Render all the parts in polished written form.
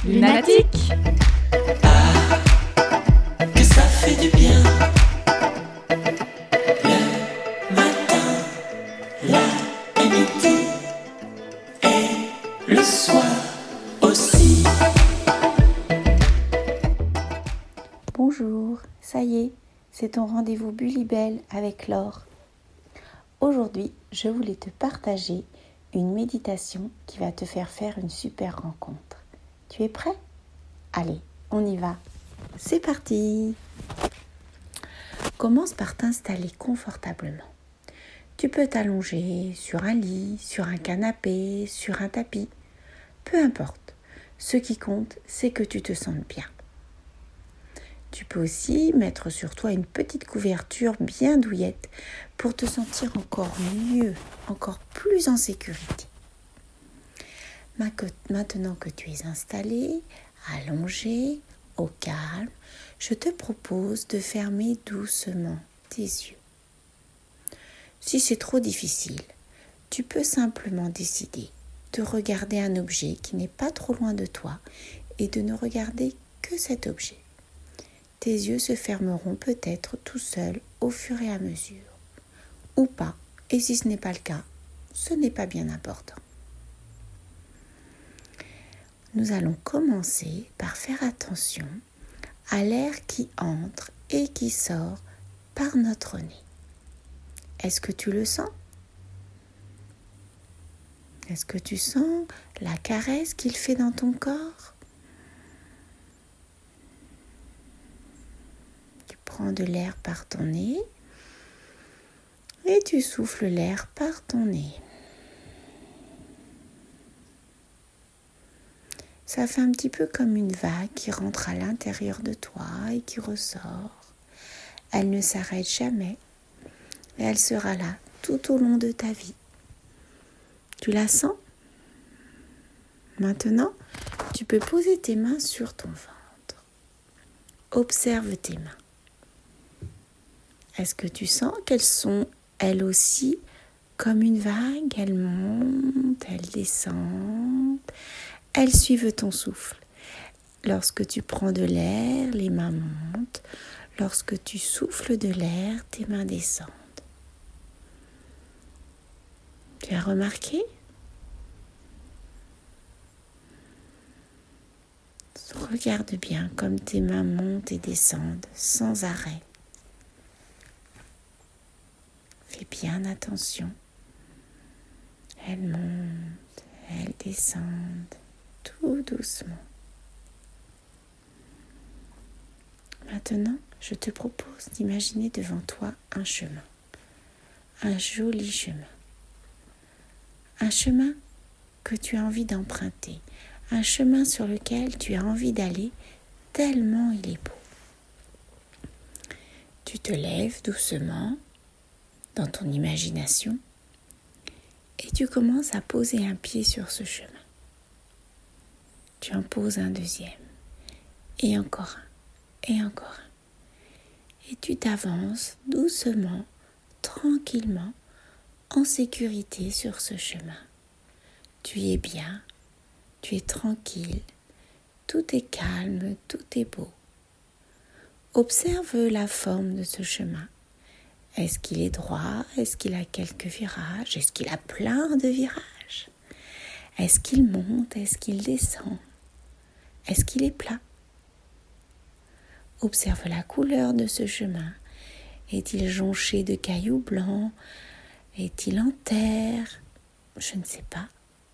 Lunatique. Que ça fait du bien. Le matin, l'après-midi et le soir aussi. Bonjour, ça y est, c'est ton rendez-vous Bulibel avec Laure. Aujourd'hui, je voulais te partager une méditation qui va te faire faire une super rencontre. Tu es prêt ? Allez, on y va. C'est parti ! Commence par t'installer confortablement. Tu peux t'allonger sur un lit, sur un canapé, sur un tapis. Peu importe. Ce qui compte, c'est que tu te sentes bien. Tu peux aussi mettre sur toi une petite couverture bien douillette pour te sentir encore mieux, encore plus en sécurité. Maintenant que tu es installé, allongé, au calme, je te propose de fermer doucement tes yeux. Si c'est trop difficile, tu peux simplement décider de regarder un objet qui n'est pas trop loin de toi et de ne regarder que cet objet. Tes yeux se fermeront peut-être tout seuls au fur et à mesure. Ou pas, et si ce n'est pas le cas, ce n'est pas bien important. Nous allons commencer par faire attention à l'air qui entre et qui sort par notre nez. Est-ce que tu le sens ? Est-ce que tu sens la caresse qu'il fait dans ton corps ? Tu prends de l'air par ton nez et tu souffles l'air par ton nez. Ça fait un petit peu comme une vague qui rentre à l'intérieur de toi et qui ressort. Elle ne s'arrête jamais et elle sera là tout au long de ta vie. Tu la sens ? Maintenant, tu peux poser tes mains sur ton ventre. Observe tes mains. Est-ce que tu sens qu'elles sont, elles aussi, comme une vague ? Elles montent, elles descendent. Elles suivent ton souffle. Lorsque tu prends de l'air, les mains montent. Lorsque tu souffles de l'air, tes mains descendent. Tu as remarqué ? Regarde bien comme tes mains montent et descendent sans arrêt. Fais bien attention. Elles montent, elles descendent. Tout doucement. Maintenant, je te propose d'imaginer devant toi un chemin. Un joli chemin. Un chemin que tu as envie d'emprunter. Un chemin sur lequel tu as envie d'aller tellement il est beau. Tu te lèves doucement dans ton imagination et tu commences à poser un pied sur ce chemin. Tu en poses un deuxième, et encore un, et encore un. Et tu t'avances doucement, tranquillement, en sécurité sur ce chemin. Tu es bien, tu es tranquille, tout est calme, tout est beau. Observe la forme de ce chemin. Est-ce qu'il est droit ? Est-ce qu'il a quelques virages ? Est-ce qu'il a plein de virages ? Est-ce qu'il monte ? Est-ce qu'il descend ? Est-ce qu'il est plat ? Observe la couleur de ce chemin. Est-il jonché de cailloux blancs ? Est-il en terre ? Je ne sais pas.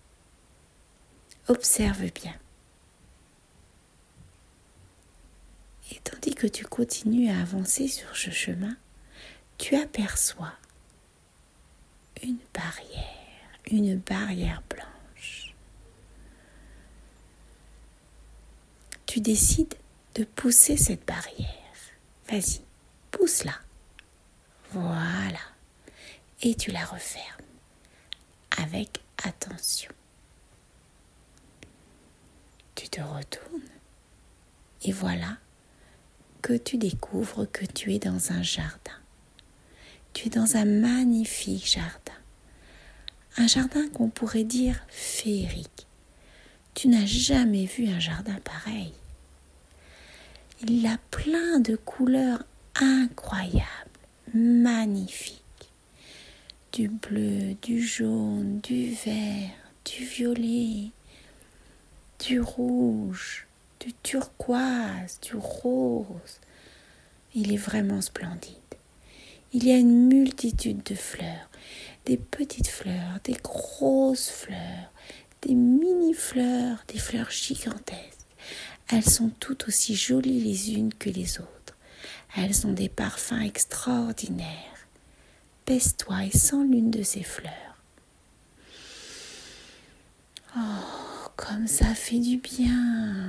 Observe bien. Et tandis que tu continues à avancer sur ce chemin, tu aperçois une barrière blanche. Tu décides de pousser cette barrière. Vas-y, pousse-la. Voilà. Et tu la refermes avec attention. Tu te retournes et voilà que tu découvres que tu es dans un jardin. Tu es dans un magnifique jardin. Un jardin qu'on pourrait dire féerique. Tu n'as jamais vu un jardin pareil. Il a plein de couleurs incroyables, magnifiques. Du bleu, du jaune, du vert, du violet, du rouge, du turquoise, du rose. Il est vraiment splendide. Il y a une multitude de fleurs, des petites fleurs, des grosses fleurs, des mini-fleurs, des fleurs gigantesques. Elles sont toutes aussi jolies les unes que les autres. Elles ont des parfums extraordinaires. Pèse-toi et sens l'une de ces fleurs. Oh, comme ça fait du bien.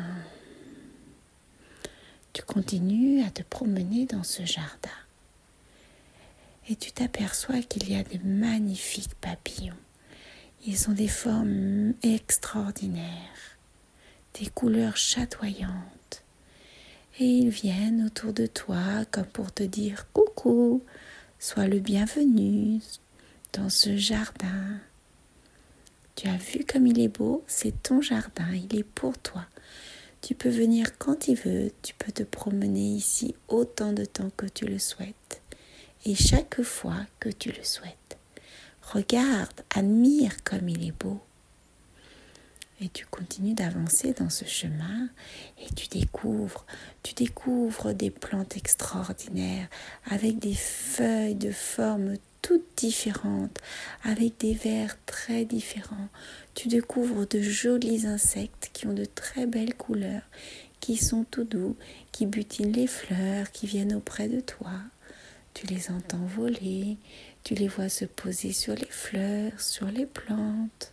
Tu continues à te promener dans ce jardin. Et tu t'aperçois qu'il y a des magnifiques papillons. Ils ont des formes extraordinaires, des couleurs chatoyantes. Et ils viennent autour de toi comme pour te dire coucou. Sois le bienvenu dans ce jardin. Tu as vu comme il est beau, c'est ton jardin, il est pour toi. Tu peux venir quand tu veux, tu peux te promener ici autant de temps que tu le souhaites et chaque fois que tu le souhaites. Regarde, admire comme il est beau. Et tu continues d'avancer dans ce chemin et tu découvres des plantes extraordinaires avec des feuilles de formes toutes différentes, avec des vers très différents. Tu découvres de jolis insectes qui ont de très belles couleurs, qui sont tout doux, qui butinent les fleurs, qui viennent auprès de toi. Tu les entends voler, tu les vois se poser sur les fleurs, sur les plantes.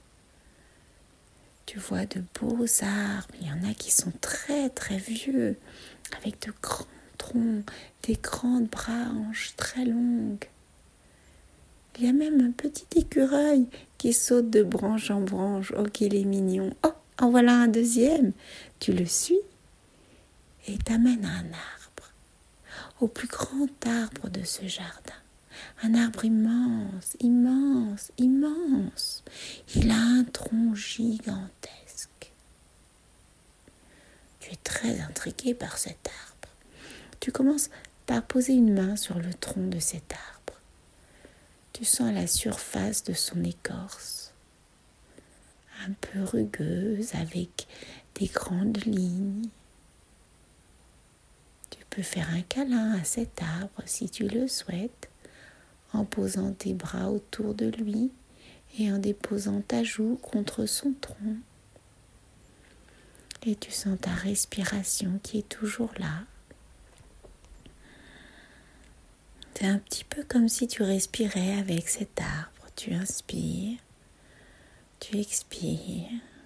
Tu vois de beaux arbres, il y en a qui sont très très vieux, avec de grands troncs, des grandes branches très longues. Il y a même un petit écureuil qui saute de branche en branche. Oh, qu'il est mignon. Oh, en voilà un deuxième. Tu le suis et t'amènes à un arbre, au plus grand arbre de ce jardin. Un arbre immense, immense, immense. Il a un tronc gigantesque. Tu es très intrigué par cet arbre. Tu commences par poser une main sur le tronc de cet arbre. Tu sens la surface de son écorce, un peu rugueuse avec des grandes lignes. Tu peux faire un câlin à cet arbre si tu le souhaites, en posant tes bras autour de lui et en déposant ta joue contre son tronc. Et tu sens ta respiration qui est toujours là. C'est un petit peu comme si tu respirais avec cet arbre. Tu inspires, tu expires.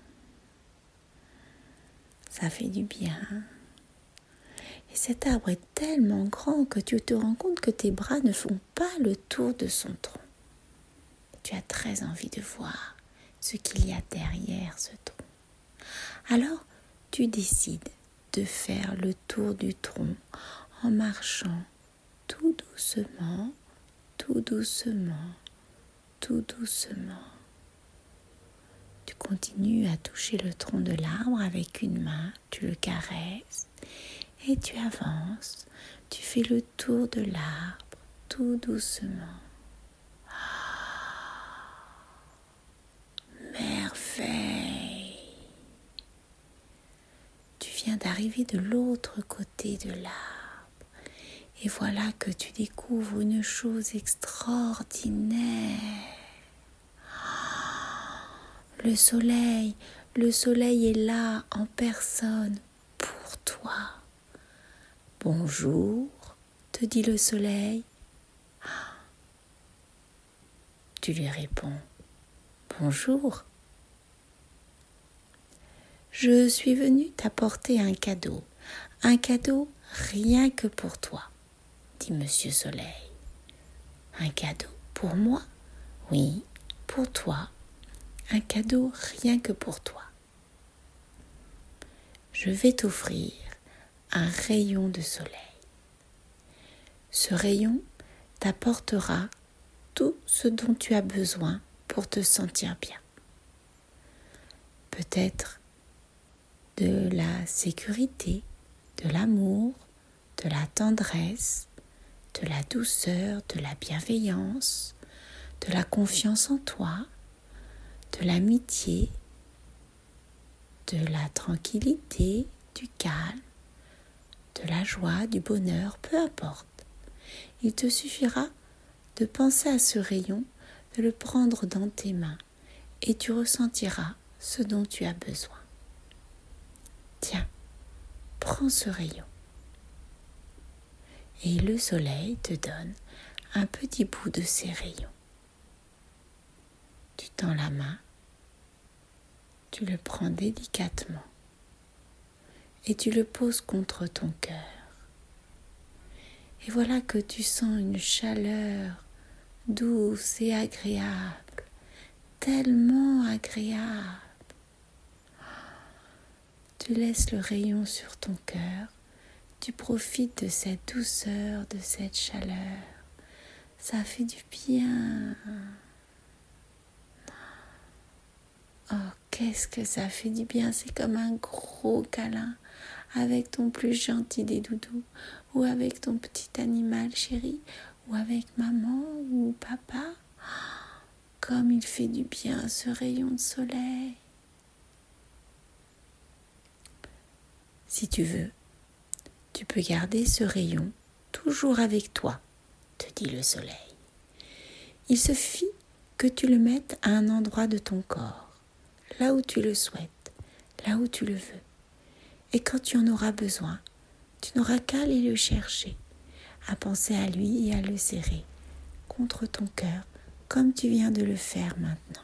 Ça fait du bien. Et cet arbre est tellement grand que tu te rends compte que tes bras ne font pas le tour de son tronc. Tu as très envie de voir ce qu'il y a derrière ce tronc. Alors, tu décides de faire le tour du tronc en marchant tout doucement, tout doucement, tout doucement. Tu continues à toucher le tronc de l'arbre avec une main, tu le caresses et tu avances. Tu fais le tour de l'arbre tout doucement. Merveille! Tu viens d'arriver de l'autre côté de l'arbre. Et voilà que tu découvres une chose extraordinaire. Le soleil est là en personne pour toi. Bonjour, te dit le soleil. Tu lui réponds, bonjour. Je suis venue t'apporter un cadeau rien que pour toi, dit Monsieur Soleil. Un cadeau pour moi? Oui, pour toi. Un cadeau rien que pour toi. Je vais t'offrir un rayon de soleil. Ce rayon t'apportera tout ce dont tu as besoin pour te sentir bien. peut-être de la sécurité, de l'amour, de la tendresse, de la douceur, de la bienveillance, de la confiance en toi, de l'amitié, de la tranquillité, du calme, de la joie, du bonheur, peu importe. Il te suffira de penser à ce rayon, de le prendre dans tes mains et tu ressentiras ce dont tu as besoin. Tiens, prends ce rayon. Et le soleil te donne un petit bout de ces rayons. Tu tends la main, tu le prends délicatement et tu le poses contre ton cœur. Et voilà que tu sens une chaleur douce et agréable, tellement agréable. Tu laisses le rayon sur ton cœur, tu profites de cette douceur, de cette chaleur. Ça fait du bien. Oh, qu'est-ce que ça fait du bien. C'est comme un gros câlin avec ton plus gentil des doudous ou avec ton petit animal chéri ou avec maman ou papa. Comme il fait du bien ce rayon de soleil. Si tu veux, tu peux garder ce rayon toujours avec toi, te dit le soleil. Il suffit que tu le mettes à un endroit de ton corps, là où tu le souhaites, là où tu le veux. Et quand tu en auras besoin, tu n'auras qu'à aller le chercher, à penser à lui et à le serrer contre ton cœur, comme tu viens de le faire maintenant.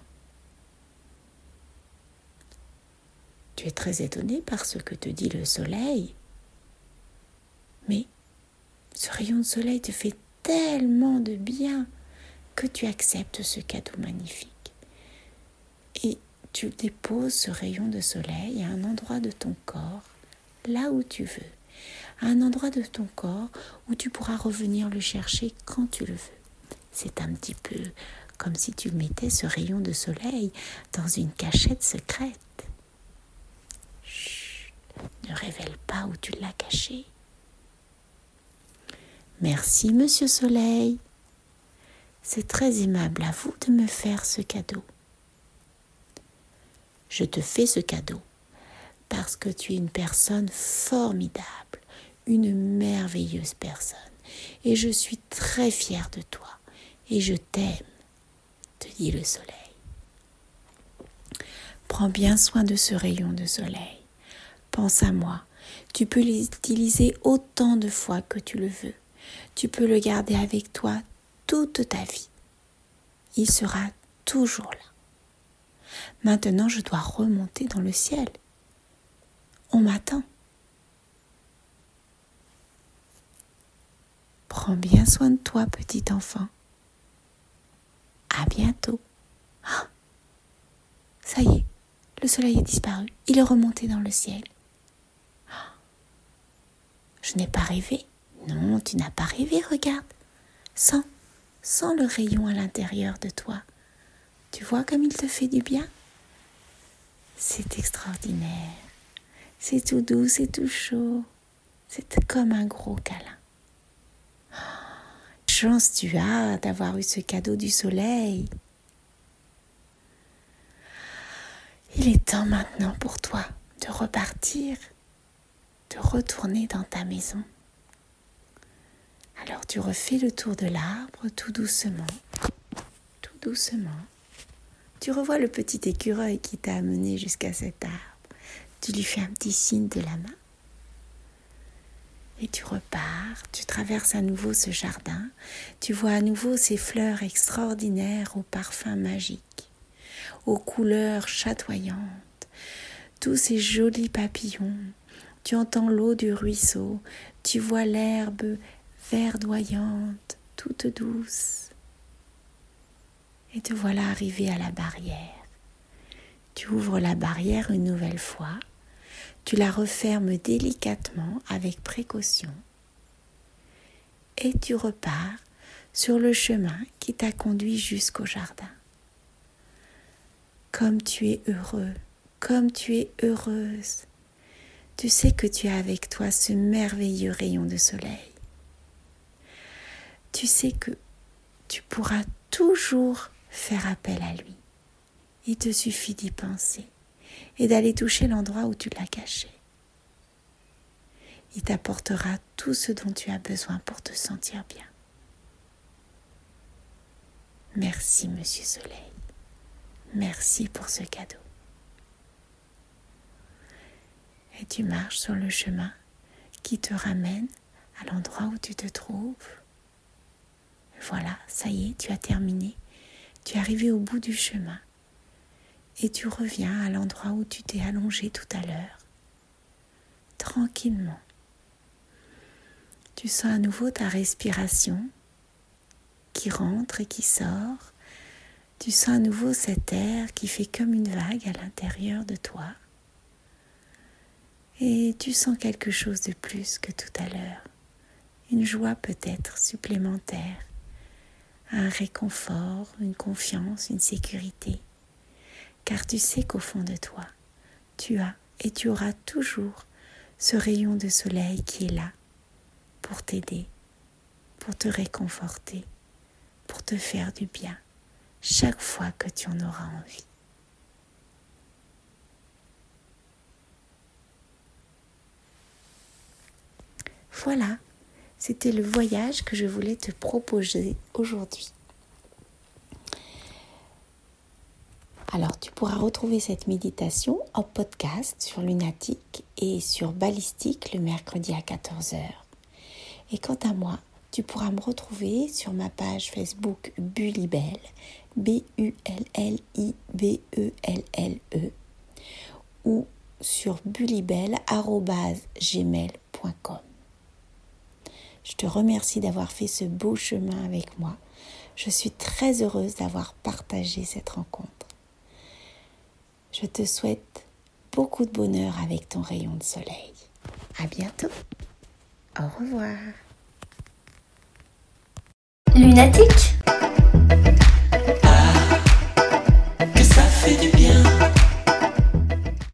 Tu es très étonné par ce que te dit le soleil, mais ce rayon de soleil te fait tellement de bien que tu acceptes ce cadeau magnifique. Et tu déposes ce rayon de soleil à un endroit de ton corps, là où tu veux, à un endroit de ton corps où tu pourras revenir le chercher quand tu le veux. C'est un petit peu comme si tu mettais ce rayon de soleil dans une cachette secrète. Chut, ne révèle pas où tu l'as caché. Merci, Monsieur Soleil. C'est très aimable à vous de me faire ce cadeau. Je te fais ce cadeau parce que tu es une personne formidable, une merveilleuse personne. Et je suis très fière de toi et je t'aime, te dit le soleil. Prends bien soin de ce rayon de soleil. Pense à moi. Tu peux l'utiliser autant de fois que tu le veux. Tu peux le garder avec toi toute ta vie. Il sera toujours là. Maintenant, je dois remonter dans le ciel. On m'attend. Prends bien soin de toi, petit enfant. À bientôt. Ah, ça y est, le soleil est disparu. Il est remonté dans le ciel. Ah, je n'ai pas rêvé. Non, tu n'as pas rêvé, regarde. Sens le rayon à l'intérieur de toi. Tu vois comme il te fait du bien? C'est extraordinaire. C'est tout doux, c'est tout chaud. C'est comme un gros câlin. Chance tu as d'avoir eu ce cadeau du soleil. Il est temps maintenant pour toi de repartir, de retourner dans ta maison. Alors tu refais le tour de l'arbre tout doucement, tout doucement. Tu revois le petit écureuil qui t'a amené jusqu'à cet arbre. Tu lui fais un petit signe de la main. Et tu repars, tu traverses à nouveau ce jardin. Tu vois à nouveau ces fleurs extraordinaires aux parfums magiques, aux couleurs chatoyantes, tous ces jolis papillons. Tu entends l'eau du ruisseau, tu vois l'herbe verdoyante, toute douce. Et te voilà arrivé à la barrière. Tu ouvres la barrière une nouvelle fois. Tu la refermes délicatement avec précaution. Et tu repars sur le chemin qui t'a conduit jusqu'au jardin. Comme tu es heureux comme tu es heureuse. Tu sais que tu as avec toi ce merveilleux rayon de soleil. Tu sais que tu pourras toujours faire appel à lui. Il te suffit d'y penser et d'aller toucher l'endroit où tu l'as caché. Il t'apportera tout ce dont tu as besoin pour te sentir bien. Merci, Monsieur Soleil. Merci pour ce cadeau. Et tu marches sur le chemin qui te ramène à l'endroit où tu te trouves. Voilà, ça y est, tu as terminé. Tu es arrivé au bout du chemin. Et tu reviens à l'endroit où tu t'es allongé tout à l'heure. Tranquillement. Tu sens à nouveau ta respiration qui rentre et qui sort. Tu sens à nouveau cet air qui fait comme une vague à l'intérieur de toi. Et tu sens quelque chose de plus que tout à l'heure. Une joie peut-être supplémentaire, un réconfort, une confiance, une sécurité. Car tu sais qu'au fond de toi, tu as et tu auras toujours ce rayon de soleil qui est là pour t'aider, pour te réconforter, pour te faire du bien, chaque fois que tu en auras envie. Voilà, c'était le voyage que je voulais te proposer aujourd'hui. Alors, tu pourras retrouver cette méditation en podcast sur Lunatic et sur Ballistic le mercredi à 14h. Et quant à moi, tu pourras me retrouver sur ma page Facebook Bullybelle, BULLIBELLE, ou sur bullybelle@gmail.com. Je te remercie d'avoir fait ce beau chemin avec moi. Je suis très heureuse d'avoir partagé cette rencontre. Je te souhaite beaucoup de bonheur avec ton rayon de soleil. À bientôt. Au revoir. Lunatic.